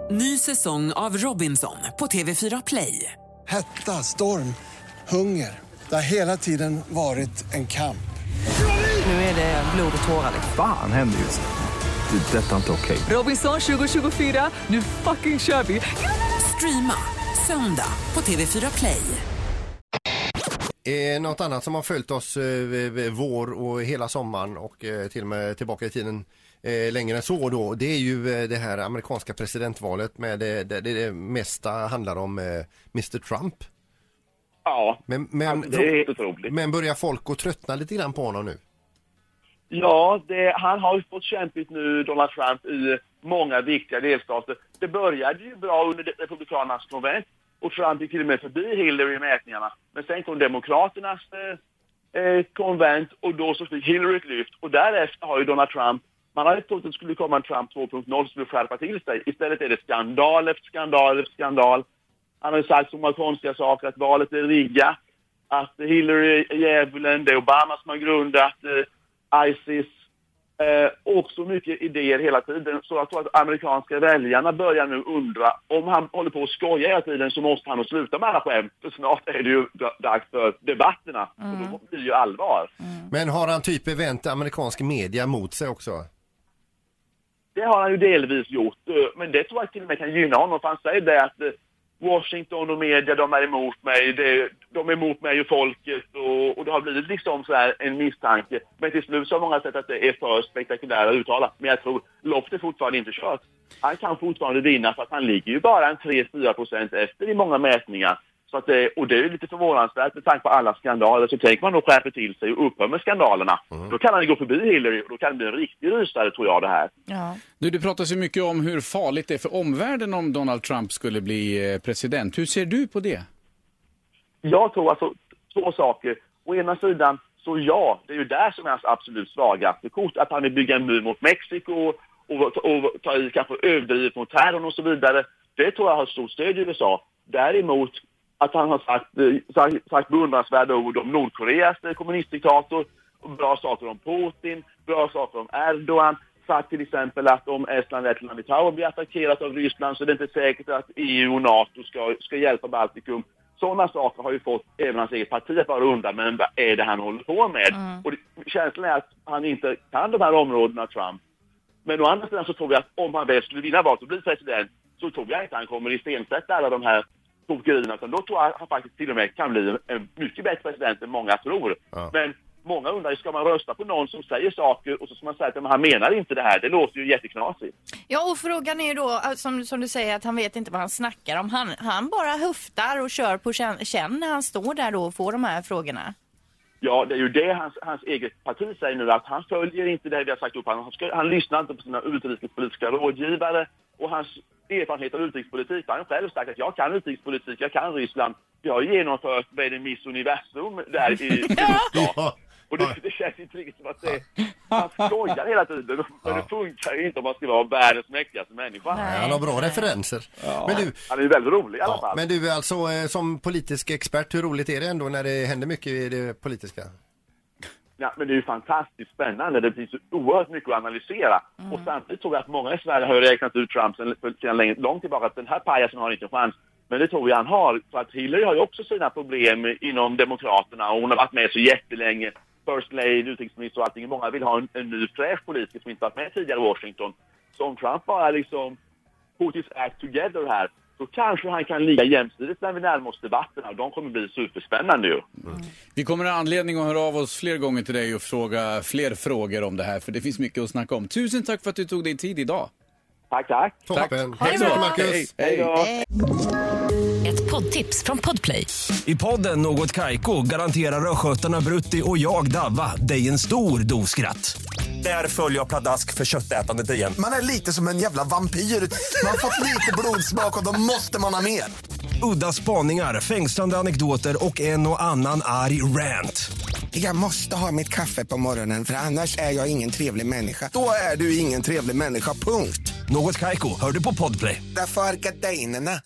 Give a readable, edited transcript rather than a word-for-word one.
Ny säsong av Robinson på TV4 Play. Hetta, storm, hunger. Det har hela tiden varit en kamp. Nu är det blod och tårar. Fan händer just nu. Det är detta inte okej. Robinson 2024, nu fucking kör vi. Streama söndag på TV4 Play. Något annat som har följt oss vår och hela sommaren och till och med tillbaka i tiden längre än så då, det är ju det här amerikanska presidentvalet med det mesta handlar om Mr. Trump. Ja, men det är helt otroligt. Men börjar folk att tröttna lite grann på honom nu? Ja, han har ju fått kämpigt nu, Donald Trump, i många viktiga delstater. Det började ju bra under republikanernas konvent och Trump gick till och med förbi Hillary i mätningarna. Men sen kom demokraternas konvent och då så fick Hillary ett lyft. Och därefter har ju Donald Trump, man hade trott att det skulle komma en Trump 2.0 som skulle skärpa till sig. Istället är det skandal efter skandal efter skandal. Han har ju sagt så många konstiga saker, att valet är riggat, att Hillary är djävulen, det är Obama som har grundat ISIS, och så mycket idéer hela tiden. Så jag tror att amerikanska väljarna börjar nu undra, om han håller på att skoja hela tiden så måste han sluta med alla skämt, för snart är det ju dags för debatterna och då blir det ju allvar. Men har han typ vänt amerikansk media mot sig också? Det har han ju delvis gjort, men det tror jag till och med kan gynna honom, för han säger det att Washington och media, de är emot mig, de är emot mig och folket, och det har blivit liksom så här en misstanke. Men till slut så har många sett att det är för spektakulära uttalanden. Men jag tror loppet är fortfarande inte kört. Han kan fortfarande vinna, för att han ligger ju bara en 3-4% efter i många mätningar. Så att och det är ju lite förvånansvärt med tanke på alla skandaler. Så tänker man nog skärpa till sig och upphör med skandalerna. Då kan han gå förbi Hillary och då kan det bli en riktig rysare, tror jag, det här. Ja. Det pratas ju mycket om hur farligt det är för omvärlden om Donald Trump skulle bli president. Hur ser du på det? Jag tror alltså två saker. Å ena sidan, så ja, det är ju där som är hans absolut svagaste kort. Att han vill bygga en mur mot Mexiko och ta i kanske överdrivet mot terrorn och så vidare. Det tror jag har stort stöd i USA. Däremot att han har sagt beundransvärda ord om Nordkoreas kommunistdiktator, bra saker om Putin, bra saker om Erdogan, sagt till exempel att om Estland, Lettland och Litauen blir attackerat av Ryssland så är det inte säkert att EU och NATO ska hjälpa Baltikum. Sådana saker har ju fått även hans eget parti att vara undan, men vad är det han håller på med? Och känslan är att han inte kan de här områdena, Trump. Men å andra sidan så tror jag att om han väl skulle vinna valet och bli president, så tror jag inte han kommer iscensätta alla de här tokerierna, utan då tror jag att han faktiskt till och med kan bli en mycket bättre president än många tror. Ja. Men många undrar, ska man rösta på någon som säger saker och så ska man säga att han menar inte det här? Det låter ju jätteknasigt. Ja, och frågan är ju då, som du säger, att han vet inte vad han snackar om. Han bara höftar och kör på känn när han står där då och får de här frågorna. Ja, det är ju det hans eget parti säger nu, att han följer inte det vi har sagt upp. Han lyssnar inte på sina utrikespolitiska rådgivare, och hans erfarenhet av utrikespolitik. Han har själv sagt att jag kan utrikespolitik, jag kan Ryssland. Jag har genomfört med en Miss Universum där i USA. Och det känns inte riktigt som att man skojar hela tiden. Men det funkar ju inte om man ska vara världens mäktigaste människa. Nej, han har bra referenser. Ja. Men du, han är väldigt rolig i alla fall. Men du, alltså som politisk expert, hur roligt är det ändå när det händer mycket i det politiska? Ja, men det är ju fantastiskt spännande. Det finns så oerhört mycket att analysera. Och samtidigt tror jag att många i Sverige har räknat ut Trump sedan långt tillbaka att den här pajasen har inte en chans. Men det tror jag han har. För att Hillary har ju också sina problem inom demokraterna, och hon har varit med så jättelänge. First Lady, utrikesminister och allting. Många vill ha en ny fräsch politiker som inte varit med tidigare i Washington. Så om Trump bara liksom put his act together här, så kanske han kan ligga jämsidigt när vi närmar oss debatterna, och de kommer bli superspännande ju. Vi kommer ha anledning att höra av oss fler gånger till dig och fråga fler frågor om det här, för det finns mycket att snacka om. Tusen tack för att du tog dig tid idag. Tack. Toppen. Hej så, Marcus. Hej. Ett poddtips från Podplay. I podden Något Kaiko garanterar röskötarna Brutti och jag Davva dig en stor doskratt. Där följer jag pladask för köttätandet igen. Man är lite som en jävla vampyr. Man har fått lite blodsmak och då måste man ha mer. Udda spaningar, fängslande anekdoter och en och annan arg rant. Jag måste ha mitt kaffe på morgonen, för annars är jag ingen trevlig människa. Då är du ingen trevlig människa, punkt. Något Kaiko, hör du på Podplay. Därför är gardinerna.